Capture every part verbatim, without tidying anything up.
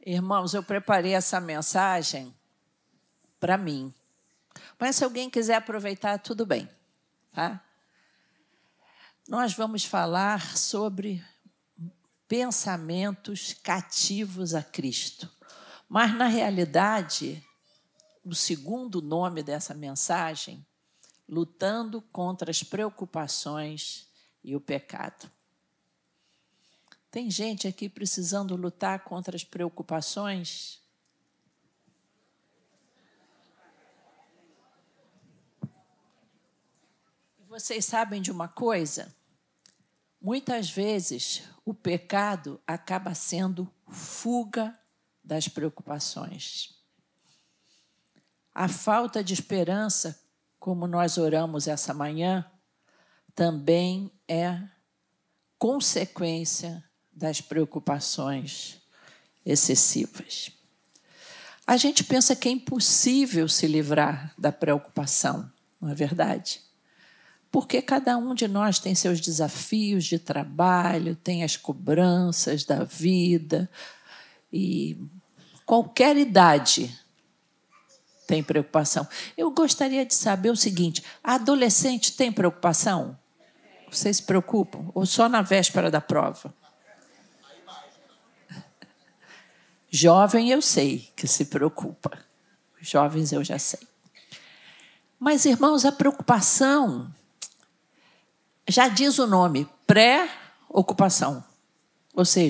Irmãos, eu preparei essa mensagem para mim. Mas se alguém quiser aproveitar, tudo bem. Tá? Nós vamos falar sobre pensamentos cativos a Cristo. Mas, na realidade, o segundo nome dessa mensagem, lutando contra as preocupações e o pecado. Tem gente aqui precisando lutar contra as preocupações? Vocês sabem de uma coisa? Muitas vezes o pecado acaba sendo fuga das preocupações. A falta de esperança, como nós oramos essa manhã, também é consequência das preocupações excessivas. A gente pensa que é impossível se livrar da preocupação, não é verdade? Porque cada um de nós tem seus desafios de trabalho, tem as cobranças da vida, e qualquer idade tem preocupação. Eu gostaria de saber o seguinte: a adolescente tem preocupação? Vocês se preocupam? Ou só na véspera da prova? Jovem eu sei que se preocupa. Jovens eu já sei. Mas, irmãos, a preocupação, já diz o nome, pré-ocupação. Ou seja,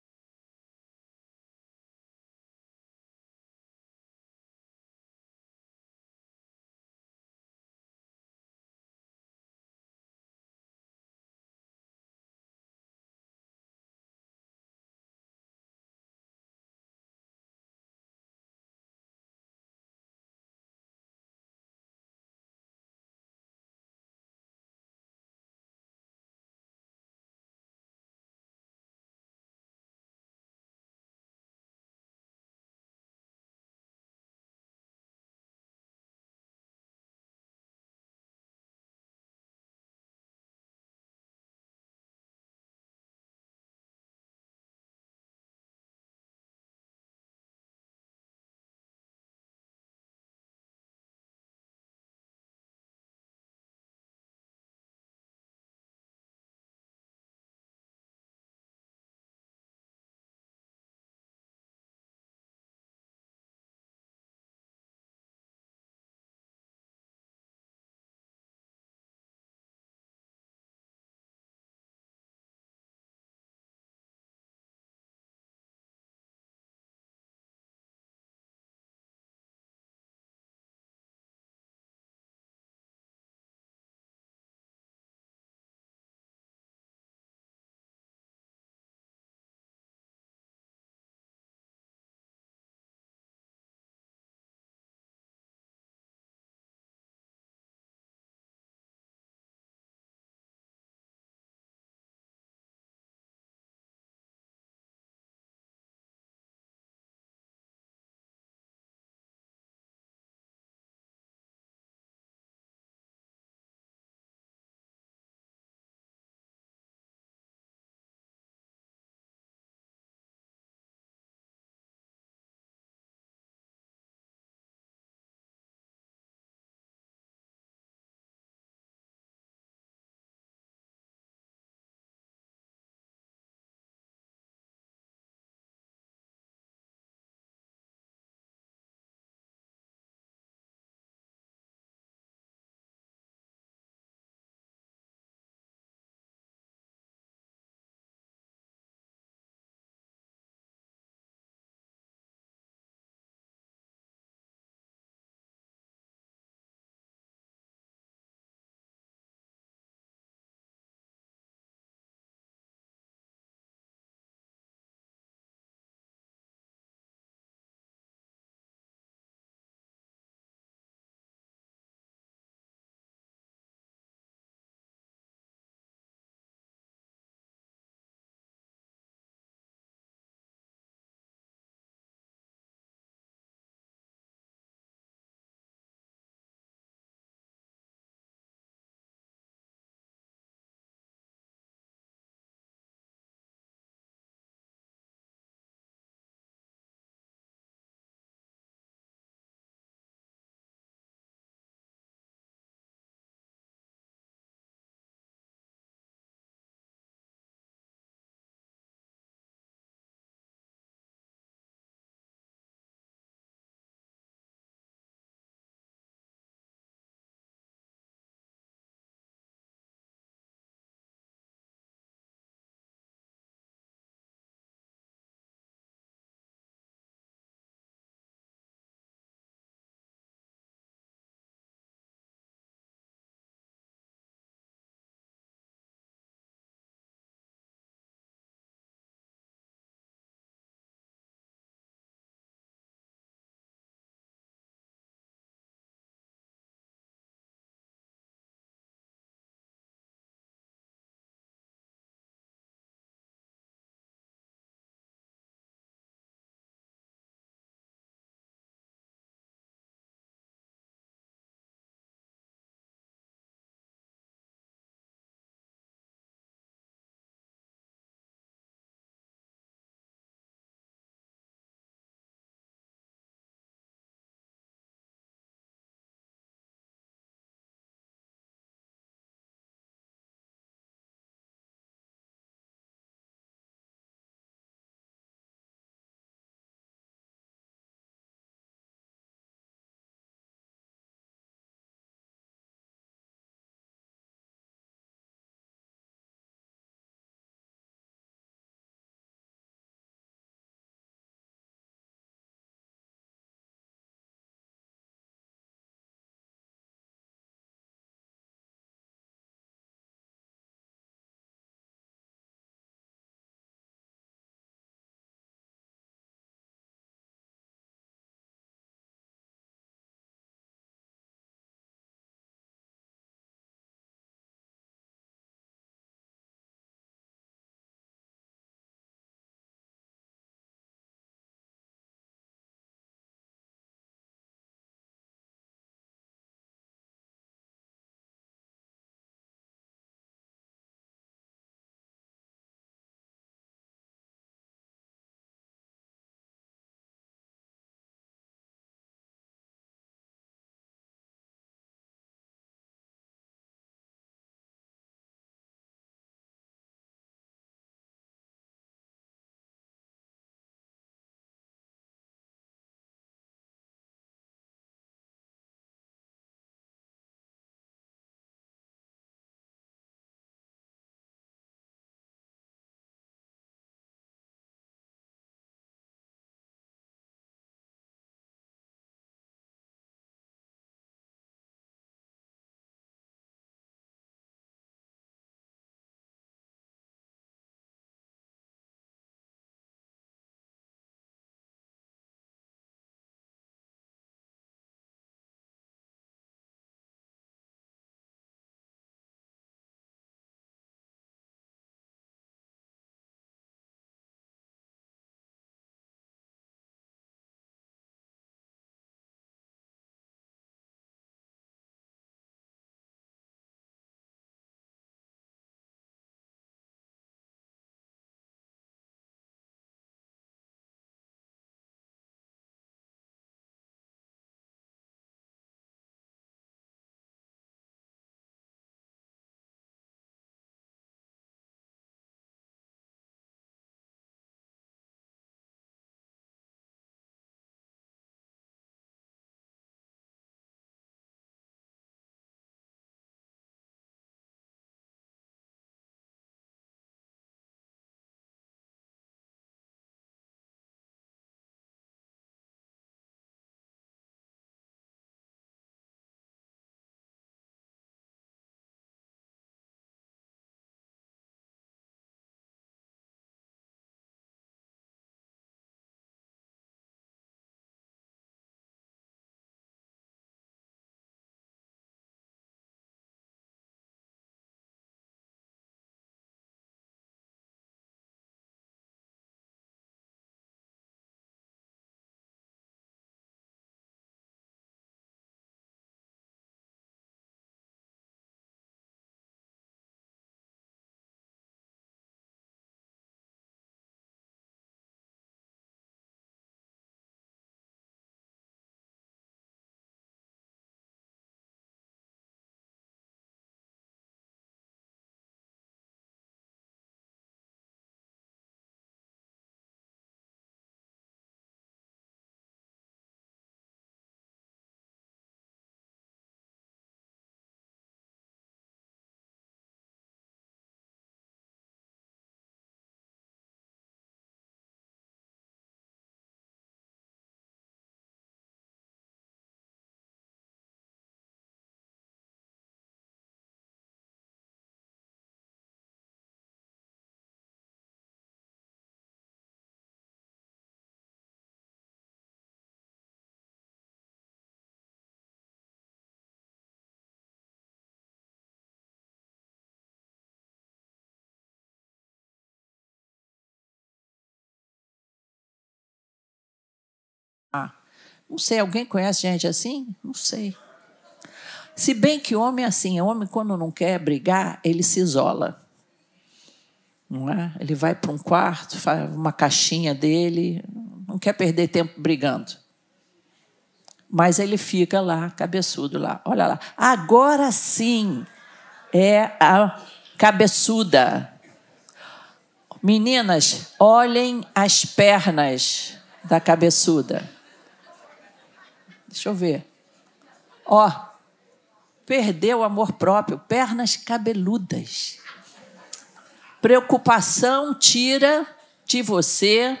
Não sei, alguém conhece gente assim? Não sei. Se bem que homem é assim, homem quando não quer brigar, ele se isola. Não é? Ele vai para um quarto, faz uma caixinha dele, não quer perder tempo brigando. Mas ele fica lá, cabeçudo lá. Olha lá. Agora sim é a cabeçuda. Meninas, olhem as pernas da cabeçuda. Deixa eu ver. Ó, perdeu o amor próprio, pernas cabeludas. Preocupação tira de você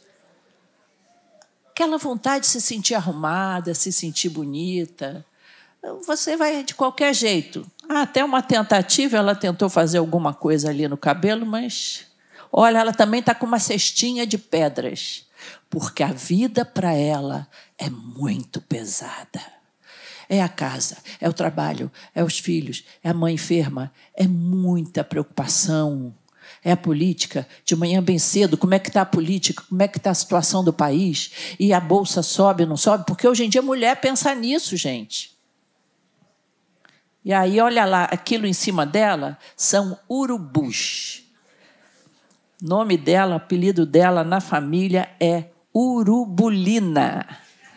aquela vontade de se sentir arrumada, se sentir bonita. Você vai de qualquer jeito. Ah, até uma tentativa, ela tentou fazer alguma coisa ali no cabelo, mas, olha, ela também está com uma cestinha de pedras, porque a vida para ela é muito pesada. É a casa, é o trabalho, é os filhos, é a mãe enferma, é muita preocupação. É a política, de manhã bem cedo, como é que está a política, como é que está a situação do país, e a bolsa sobe ou não sobe, porque hoje em dia a mulher pensa nisso, gente. E aí, olha lá, aquilo em cima dela são urubus. O nome dela, o apelido dela na família é Urubulina.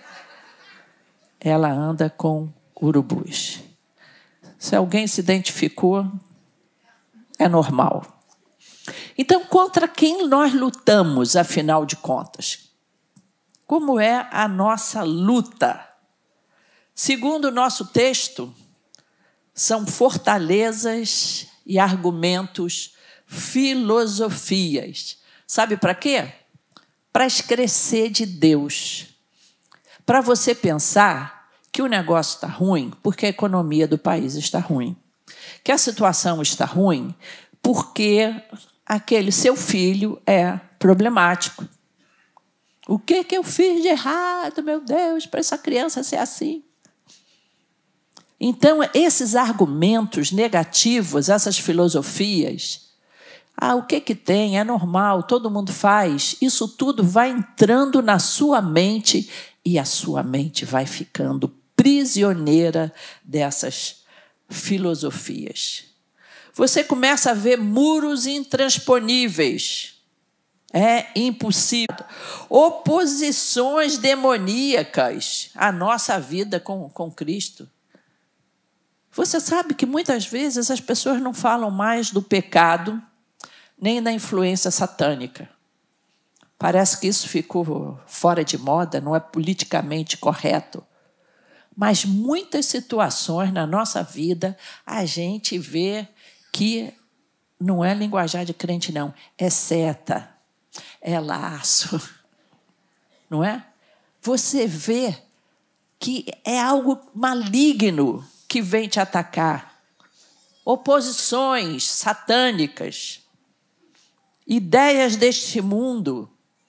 Ela anda com urubus. Se alguém se identificou, é normal. Então, contra quem nós lutamos, afinal de contas? Como é a nossa luta? Segundo o nosso texto, são fortalezas e argumentos, filosofias. Sabe para quê? Para esquecer de Deus. Para você pensar que o negócio está ruim porque a economia do país está ruim. Que a situação está ruim porque aquele seu filho é problemático. O que, que eu fiz de errado, meu Deus, para essa criança ser assim? Então, esses argumentos negativos, essas filosofias, ah, o que, que tem? É normal, todo mundo faz. Isso tudo vai entrando na sua mente e a sua mente vai ficando prisioneira dessas filosofias. Você começa a ver muros intransponíveis. É impossível. Oposições demoníacas à nossa vida com, com Cristo. Você sabe que muitas vezes as pessoas não falam mais do pecado, nem da influência satânica. Parece que isso ficou fora de moda, não é politicamente correto. Mas muitas situações na nossa vida a gente vê que não é linguajar de crente, não. É seta, é laço, não é? Você vê que é algo maligno que vem te atacar. Oposições satânicas, ideias deste mundo,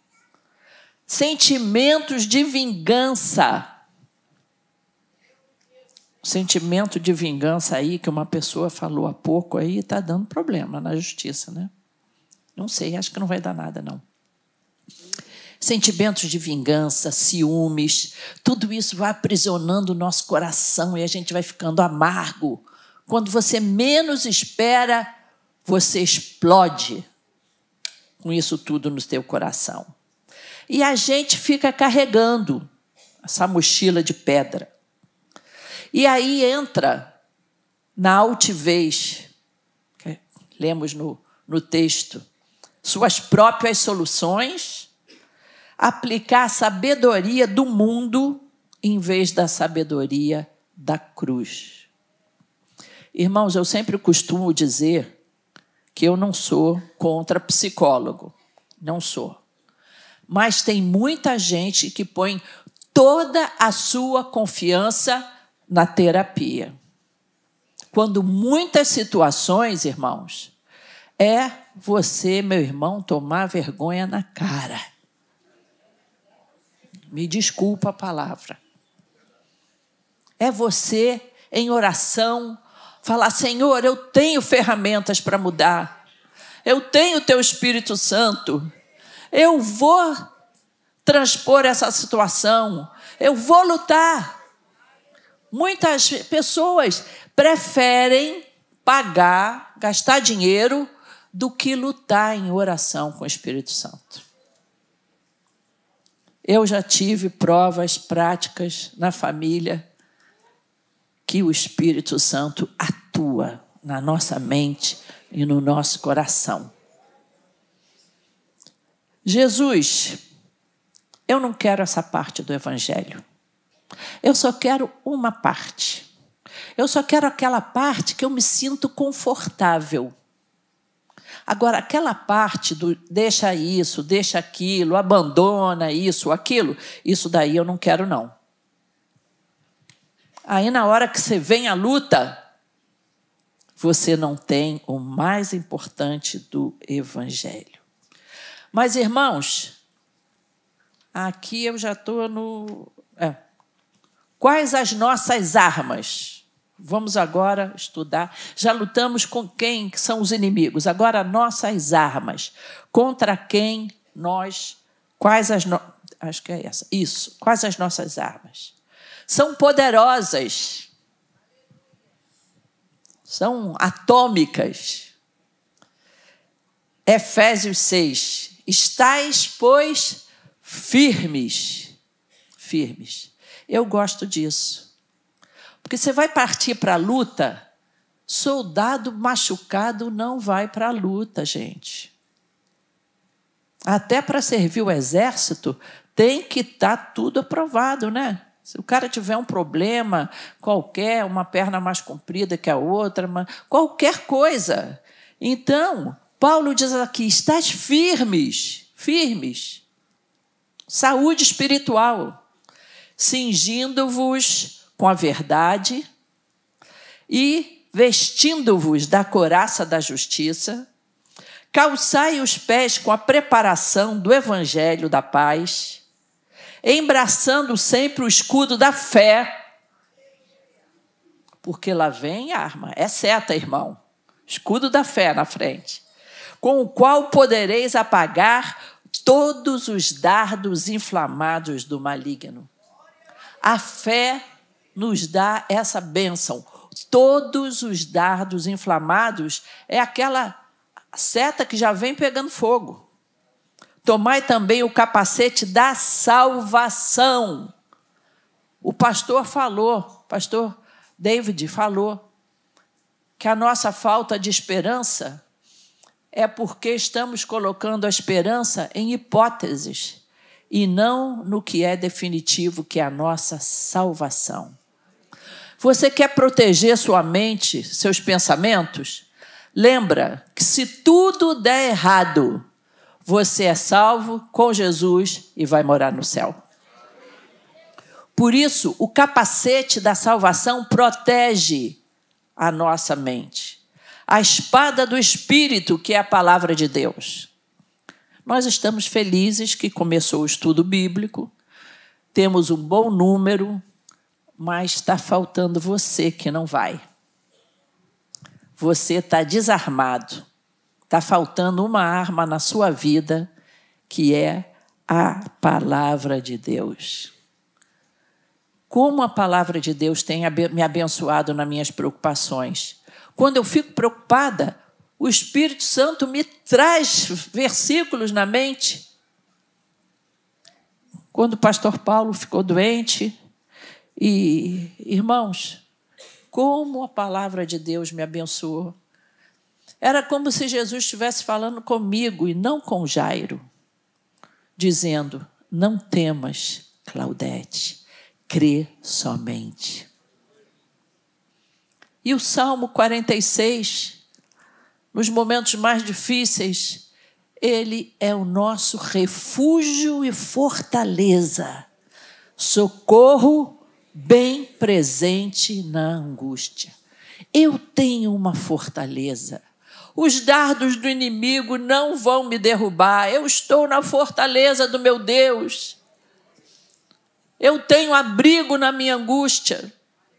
sentimentos de vingança. O sentimento de vingança aí, que uma pessoa falou há pouco aí, está dando problema na justiça, né? Não sei, acho que não vai dar nada, não. Sentimentos de vingança, ciúmes, tudo isso vai aprisionando o nosso coração e a gente vai ficando amargo. Quando você menos espera, você explode com isso tudo no teu coração. E a gente fica carregando essa mochila de pedra. E aí entra na altivez, que lemos no, no texto, suas próprias soluções, aplicar a sabedoria do mundo em vez da sabedoria da cruz. Irmãos, eu sempre costumo dizer que eu não sou contra psicólogo, não sou. Mas tem muita gente que põe toda a sua confiança na terapia. Quando muitas situações, irmãos, é você, meu irmão, tomar vergonha na cara. Me desculpa a palavra. É você, em oração, falar, Senhor, eu tenho ferramentas para mudar. Eu tenho o teu Espírito Santo. Eu vou transpor essa situação. Eu vou lutar. Muitas pessoas preferem pagar, gastar dinheiro, do que lutar em oração com o Espírito Santo. Eu já tive provas práticas na família que o Espírito Santo atua na nossa mente e no nosso coração. Jesus, eu não quero essa parte do Evangelho. Eu só quero uma parte. Eu só quero aquela parte que eu me sinto confortável. Agora, aquela parte do deixa isso, deixa aquilo, abandona isso, aquilo, isso daí eu não quero, não. Aí, na hora que você vem à luta, você não tem o mais importante do Evangelho. Mas, irmãos, aqui eu já estou no... É. Quais as nossas armas? Vamos agora estudar. Já lutamos com quem são os inimigos. Agora, nossas armas. Contra quem nós... Quais as... No... Acho que é essa. Isso. Quais as nossas armas? São poderosas. São atômicas. Efésios seis. Estais, pois, firmes. Firmes. Eu gosto disso. Porque você vai partir para a luta, soldado machucado não vai para a luta, gente. Até para servir o exército, tem que estar tudo aprovado, né? Se o cara tiver um problema qualquer, uma perna mais comprida que a outra, uma, qualquer coisa. Então, Paulo diz aqui, estais firmes, firmes. Saúde espiritual, cingindo-vos com a verdade e vestindo-vos da couraça da justiça, calçai os pés com a preparação do evangelho da paz, embraçando sempre o escudo da fé, porque lá vem arma, é seta, irmão, escudo da fé na frente, com o qual podereis apagar todos os dardos inflamados do maligno. A fé nos dá essa bênção. Todos os dardos inflamados é aquela seta que já vem pegando fogo. Tomai também o capacete da salvação. O pastor falou, pastor David falou, que a nossa falta de esperança é porque estamos colocando a esperança em hipóteses e não no que é definitivo, que é a nossa salvação. Você quer proteger sua mente, seus pensamentos? Lembra que se tudo der errado, você é salvo com Jesus e vai morar no céu. Por isso, o capacete da salvação protege a nossa mente. A espada do Espírito, que é a palavra de Deus. Nós estamos felizes que começou o estudo bíblico, temos um bom número, mas está faltando você que não vai. Você está desarmado. Está faltando uma arma na sua vida, que é a palavra de Deus. Como a palavra de Deus tem me abençoado nas minhas preocupações. Quando eu fico preocupada, o Espírito Santo me traz versículos na mente. Quando o pastor Paulo ficou doente, e, irmãos, como a palavra de Deus me abençoou. Era como se Jesus estivesse falando comigo e não com Jairo, dizendo, não temas, Claudete, crê somente. E o Salmo quarenta e seis, nos momentos mais difíceis, ele é o nosso refúgio e fortaleza, socorro bem presente na angústia. Eu tenho uma fortaleza. Os dardos do inimigo não vão me derrubar. Eu estou na fortaleza do meu Deus. Eu tenho abrigo na minha angústia.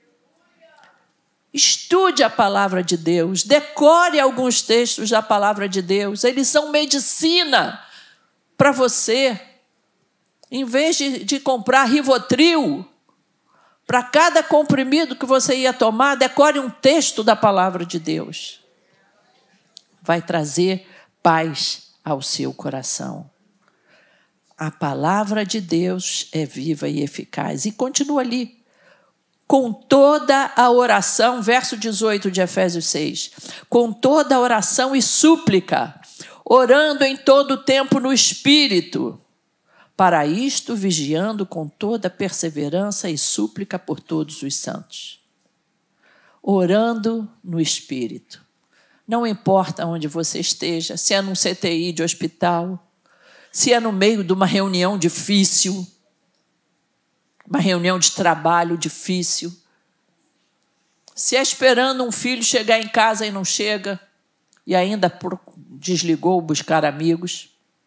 Estude a palavra de Deus. Decore alguns textos da palavra de Deus. Eles são medicina para você. Em vez de, de comprar Rivotril, para cada comprimido que você ia tomar, decore um texto da palavra de Deus. Vai trazer paz ao seu coração. A palavra de Deus é viva e eficaz. E continua ali. Com toda a oração, verso dezoito de Efésios seis. Com toda a oração e súplica, orando em todo o tempo no Espírito. Para isto, vigiando com toda perseverança e súplica por todos os santos. Orando no Espírito. Não importa onde você esteja, se é num C T I de hospital, se é no meio de uma reunião difícil, uma reunião de trabalho difícil, se é esperando um filho chegar em casa e não chega, e ainda desligou buscar amigos,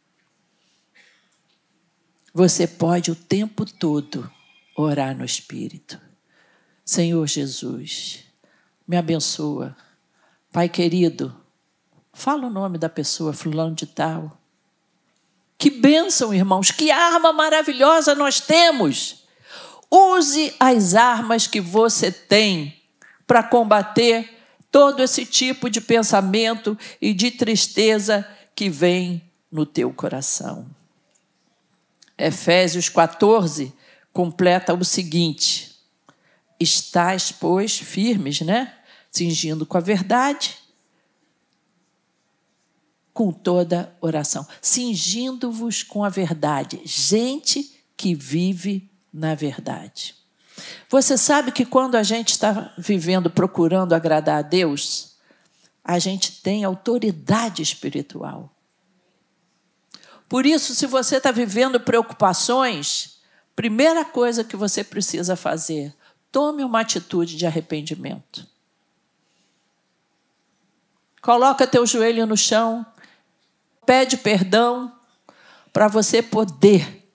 você pode o tempo todo orar no Espírito. Senhor Jesus, me abençoa. Pai querido, fala o nome da pessoa, fulano de tal. Que bênção, irmãos, que arma maravilhosa nós temos. Use as armas que você tem para combater todo esse tipo de pensamento e de tristeza que vem no teu coração. Efésios quatorze completa o seguinte: estais, pois, firmes, né? Cingindo com a verdade, com toda oração. Cingindo-vos com a verdade. Gente que vive na verdade. Você sabe que quando a gente está vivendo, procurando agradar a Deus, a gente tem autoridade espiritual. Por isso, se você está vivendo preocupações, primeira coisa que você precisa fazer, tome uma atitude de arrependimento. Coloca teu joelho no chão, pede perdão para você poder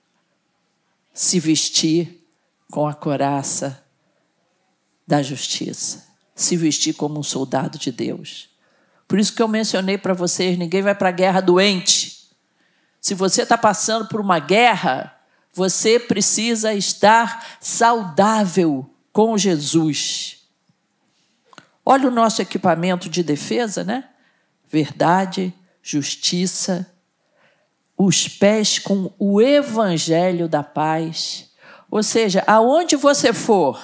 se vestir com a couraça da justiça, se vestir como um soldado de Deus. Por isso que eu mencionei para vocês, ninguém vai para a guerra doente. Se você está passando por uma guerra, você precisa estar saudável com Jesus. Olha o nosso equipamento de defesa, né? Verdade, justiça, os pés com o evangelho da paz. Ou seja, aonde você for,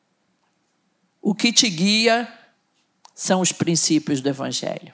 o que te guia são os princípios do evangelho.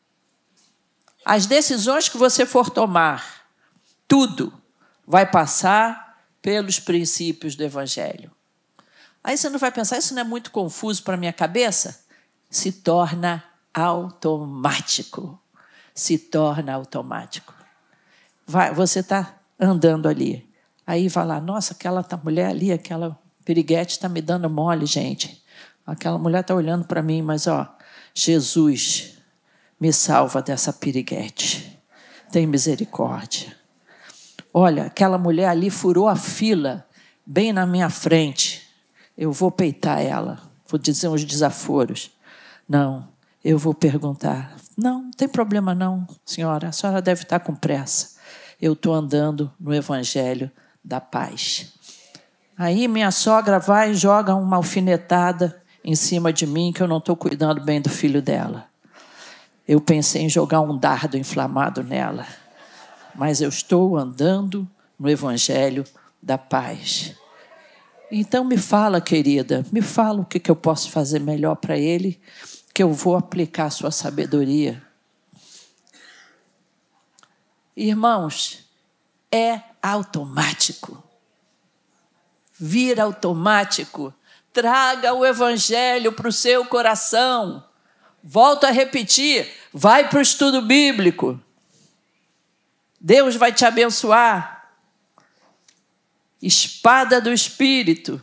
As decisões que você for tomar, tudo vai passar pelos princípios do evangelho. Aí você não vai pensar, isso não é muito confuso para a minha cabeça? Se torna automático. Se torna automático. Vai, você está andando ali. Aí vai lá, nossa, aquela mulher ali, aquela piriguete está me dando mole, gente. Aquela mulher está olhando para mim, mas, ó, Jesus, me salva dessa piriguete. Tem misericórdia. Olha, aquela mulher ali furou a fila, bem na minha frente. Eu vou peitar ela, vou dizer uns desaforos. Não, eu vou perguntar. Não, não tem problema não, senhora. A senhora deve estar com pressa. Eu estou andando no evangelho da paz. Aí minha sogra vai e joga uma alfinetada em cima de mim, que eu não estou cuidando bem do filho dela. Eu pensei em jogar um dardo inflamado nela, mas eu estou andando no evangelho da paz. Então me fala, querida, me fala o que, que eu posso fazer melhor para ele, que eu vou aplicar a sua sabedoria. Irmãos, é automático. Vira automático. Traga o evangelho para o seu coração. Volto a repetir, vai para o estudo bíblico. Deus vai te abençoar. Espada do Espírito.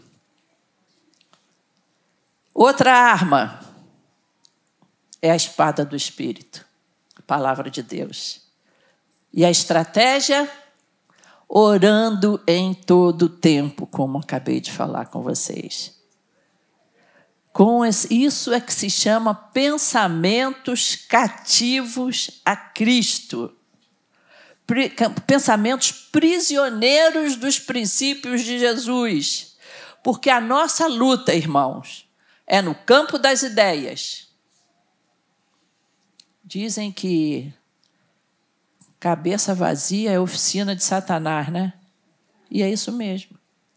Outra arma é a espada do Espírito, a palavra de Deus. E a estratégia? Orando em todo tempo, como acabei de falar com vocês. Com esse, isso é que se chama pensamentos cativos a Cristo. pensamentos prisioneiros dos princípios de Jesus. Porque a nossa luta, irmãos, é no campo das ideias. Dizem que cabeça vazia é oficina de Satanás, né? E é isso mesmo.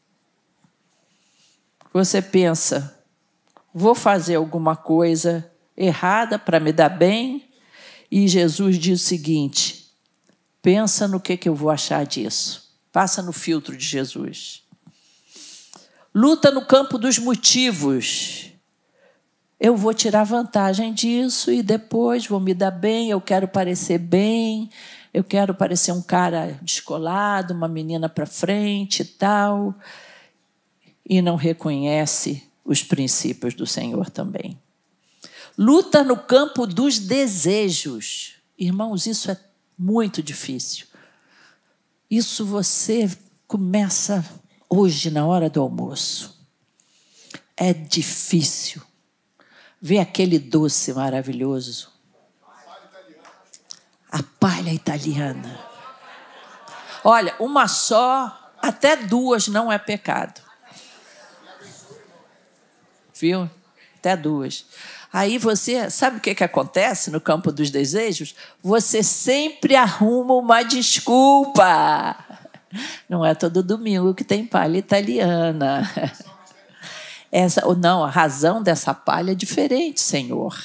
Você pensa, vou fazer alguma coisa errada para me dar bem, e Jesus diz o seguinte, pensa no que, que eu vou achar disso. Passa no filtro de Jesus. Luta no campo dos motivos. Eu vou tirar vantagem disso e depois vou me dar bem, eu quero parecer bem, eu quero parecer um cara descolado, uma menina para frente e tal, e não reconhece os princípios do Senhor também. Luta no campo dos desejos. Irmãos, isso é muito difícil. Isso você começa hoje, na hora do almoço. É difícil ver aquele doce maravilhoso. A palha italiana. Olha, uma só, até duas não é pecado. Viu? Até duas. Aí você, sabe o que, que acontece no campo dos desejos? Você sempre arruma uma desculpa. Não é todo domingo que tem palha italiana. Essa, não, a razão dessa palha é diferente, Senhor.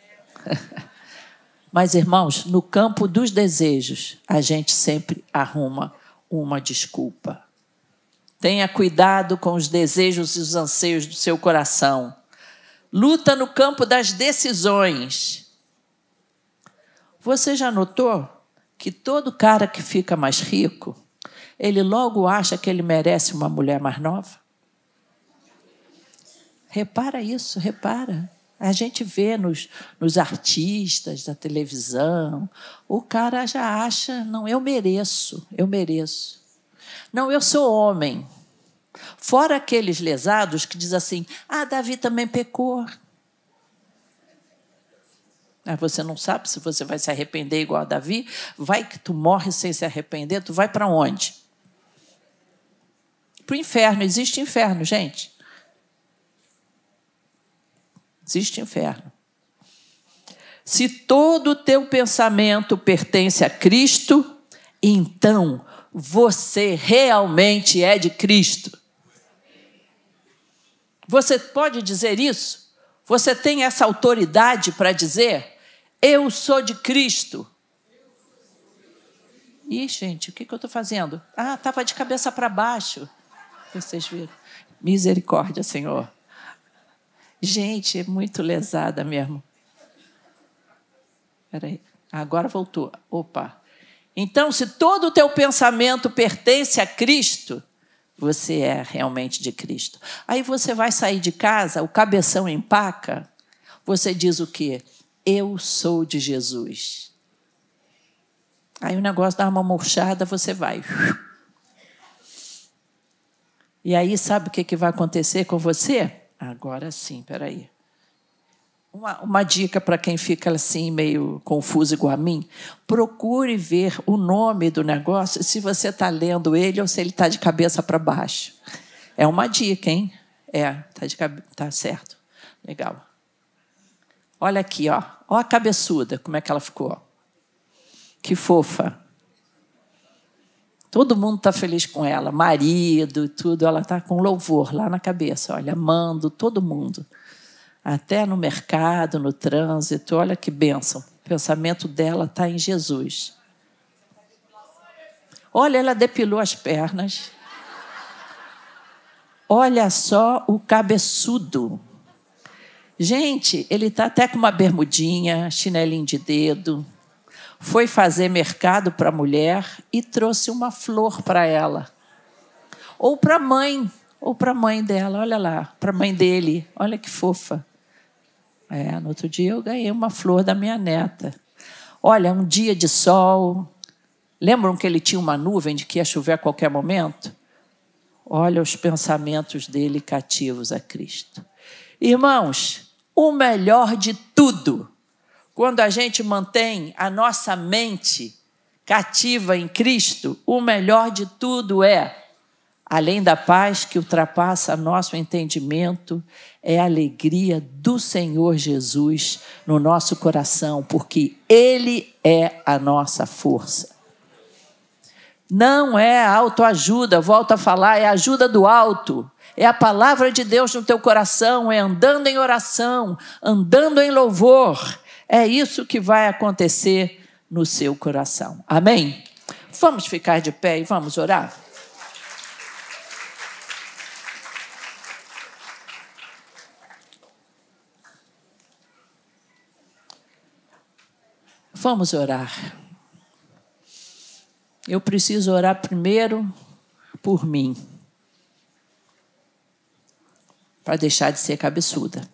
Mas, irmãos, no campo dos desejos, a gente sempre arruma uma desculpa. Tenha cuidado com os desejos e os anseios do seu coração. Luta no campo das decisões. Você já notou que todo cara que fica mais rico, ele logo acha que ele merece uma mulher mais nova? Repara isso, repara. A gente vê nos, nos artistas da televisão, o cara já acha, não, eu mereço, eu mereço. Não, eu sou homem. Fora aqueles lesados que dizem assim, ah, Davi também pecou. Ah, você não sabe se você vai se arrepender igual a Davi? Vai que tu morre sem se arrepender, tu vai para onde? Para o inferno. Existe inferno, gente. Existe inferno. Se todo o teu pensamento pertence a Cristo, então você realmente é de Cristo. Você pode dizer isso? Você tem essa autoridade para dizer, eu sou de Cristo? Ih, gente, o que, que eu estou fazendo? Ah, estava de cabeça para baixo. Vocês viram? Misericórdia, Senhor. Gente, é muito lesada mesmo. Espera aí. Agora voltou. Opa. Então, se todo o teu pensamento pertence a Cristo, você é realmente de Cristo. Aí você vai sair de casa, o cabeção empaca, você diz o quê? Eu sou de Jesus. Aí o negócio dá uma murchada, você vai. E aí, sabe o que, que vai acontecer com você? Agora sim, peraí. Uma, uma dica para quem fica assim, meio confuso igual a mim. Procure ver o nome do negócio, se você está lendo ele ou se ele está de cabeça para baixo. É uma dica, hein? É, está de cabe... tá certo. Legal. Olha aqui, ó. Ó a cabeçuda, como é que ela ficou. Que fofa. Todo mundo está feliz com ela, marido e tudo, ela está com louvor lá na cabeça, olha, amando todo mundo. Até no mercado, no trânsito, olha que bênção. O pensamento dela está em Jesus. Olha, ela depilou as pernas. Olha só o cabeçudo. Gente, ele está até com uma bermudinha, chinelinho de dedo. Foi fazer mercado para a mulher e trouxe uma flor para ela. Ou para a mãe, ou para a mãe dela, olha lá, para a mãe dele, olha que fofa. É, no outro dia eu ganhei uma flor da minha neta. Olha, um dia de sol. Lembram que ele tinha uma nuvem de que ia chover a qualquer momento? Olha os pensamentos dele cativos a Cristo. Irmãos, o melhor de tudo, quando a gente mantém a nossa mente cativa em Cristo, o melhor de tudo é, além da paz que ultrapassa nosso entendimento, é a alegria do Senhor Jesus no nosso coração, porque Ele é a nossa força. Não é autoajuda, volto a falar, é a ajuda do alto. É a palavra de Deus no teu coração, é andando em oração, andando em louvor. É isso que vai acontecer no seu coração. Amém? Vamos ficar de pé e vamos orar? Vamos orar. Eu preciso orar primeiro por mim, para deixar de ser cabeçuda,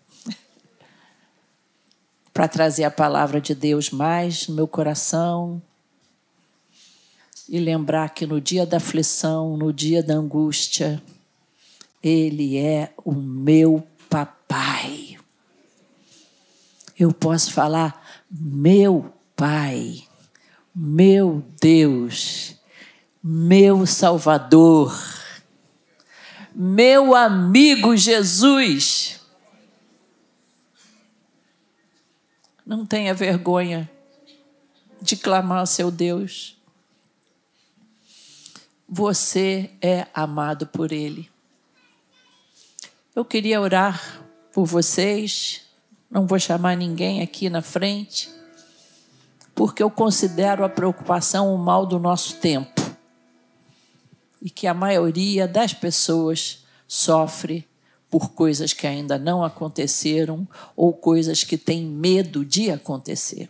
para trazer a palavra de Deus mais no meu coração e lembrar que no dia da aflição, no dia da angústia, Ele é o meu papai. Eu posso falar, meu Pai, meu Deus, meu Salvador, meu amigo Jesus. Não tenha vergonha de clamar ao seu Deus. Você é amado por Ele. Eu queria orar por vocês. Não vou chamar ninguém aqui na frente, porque eu considero a preocupação o mal do nosso tempo. E que a maioria das pessoas sofre por coisas que ainda não aconteceram ou coisas que têm medo de acontecer.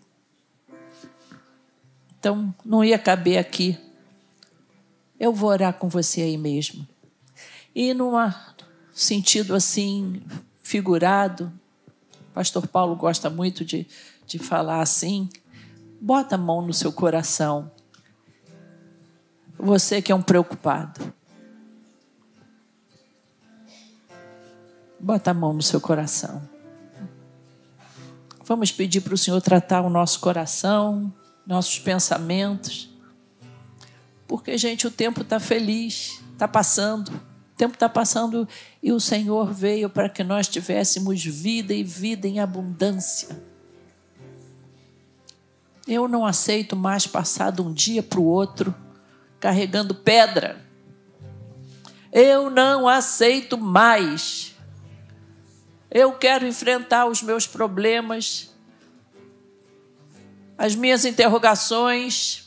Então, não ia caber aqui. Eu vou orar com você aí mesmo. E num sentido assim, figurado, o pastor Paulo gosta muito de, de falar assim, bota a mão no seu coração. Você que é um preocupado. Bota a mão no seu coração. Vamos pedir para o Senhor tratar o nosso coração, nossos pensamentos. Porque, gente, o tempo está feliz, está passando. O tempo está passando e o Senhor veio para que nós tivéssemos vida e vida em abundância. Eu não aceito mais passar de um dia para o outro carregando pedra. Eu não aceito mais. Eu quero enfrentar os meus problemas, as minhas interrogações,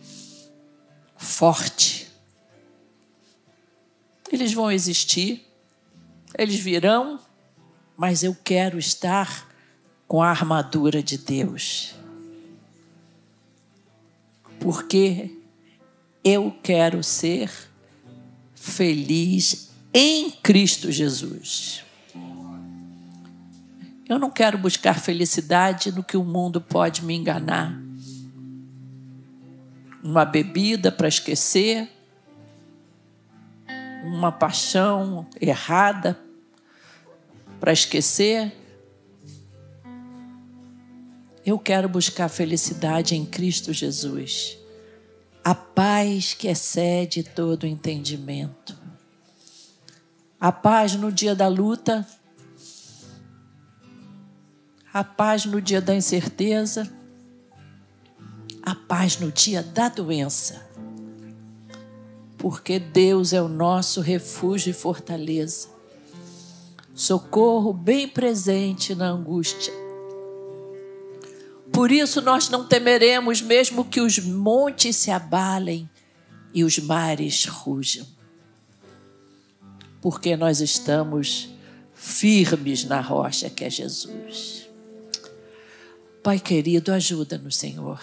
forte. Eles vão existir, eles virão, mas eu quero estar com a armadura de Deus. Porque eu quero ser feliz em Cristo Jesus. Eu não quero buscar felicidade no que o mundo pode me enganar. Uma bebida para esquecer, uma paixão errada para esquecer. Eu quero buscar felicidade em Cristo Jesus. A paz que excede todo entendimento. A paz no dia da luta. A paz no dia da incerteza. A paz no dia da doença. Porque Deus é o nosso refúgio e fortaleza. Socorro bem presente na angústia. Por isso nós não temeremos, mesmo que os montes se abalem e os mares rujam. Porque nós estamos firmes na rocha que é Jesus. Pai querido, ajuda-nos, Senhor.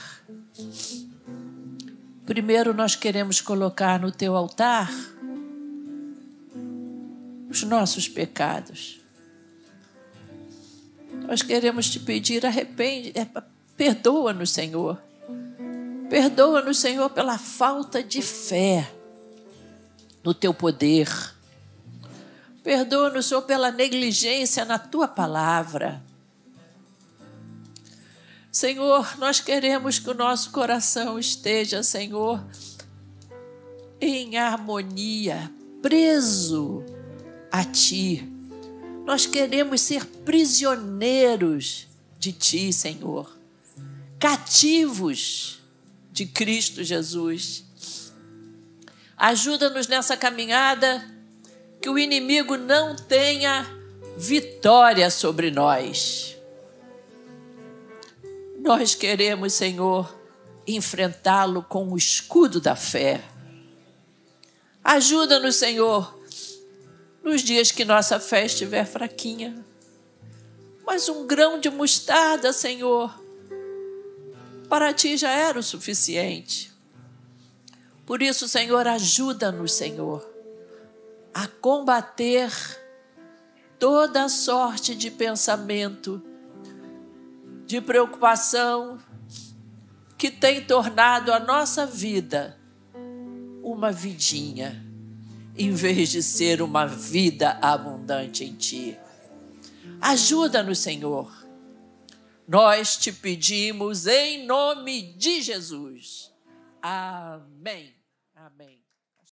Primeiro nós queremos colocar no teu altar os nossos pecados. Nós queremos te pedir, arrepende, perdoa-nos, Senhor. Perdoa-nos, Senhor, pela falta de fé no teu poder. Perdoa-nos, Senhor, pela negligência na tua palavra. Senhor, nós queremos que o nosso coração esteja, Senhor, em harmonia, preso a Ti. Nós queremos ser prisioneiros de Ti, Senhor, cativos de Cristo Jesus. Ajuda-nos nessa caminhada, que o inimigo não tenha vitória sobre nós. Nós queremos, Senhor, enfrentá-lo com o escudo da fé. Ajuda-nos, Senhor, nos dias que nossa fé estiver fraquinha. Mas um grão de mostarda, Senhor, para Ti já era o suficiente. Por isso, Senhor, ajuda-nos, Senhor, a combater toda sorte de pensamento, de preocupação, que tem tornado a nossa vida uma vidinha, em vez de ser uma vida abundante em Ti. Ajuda-nos, Senhor. Nós te pedimos em nome de Jesus. Amém. Amém.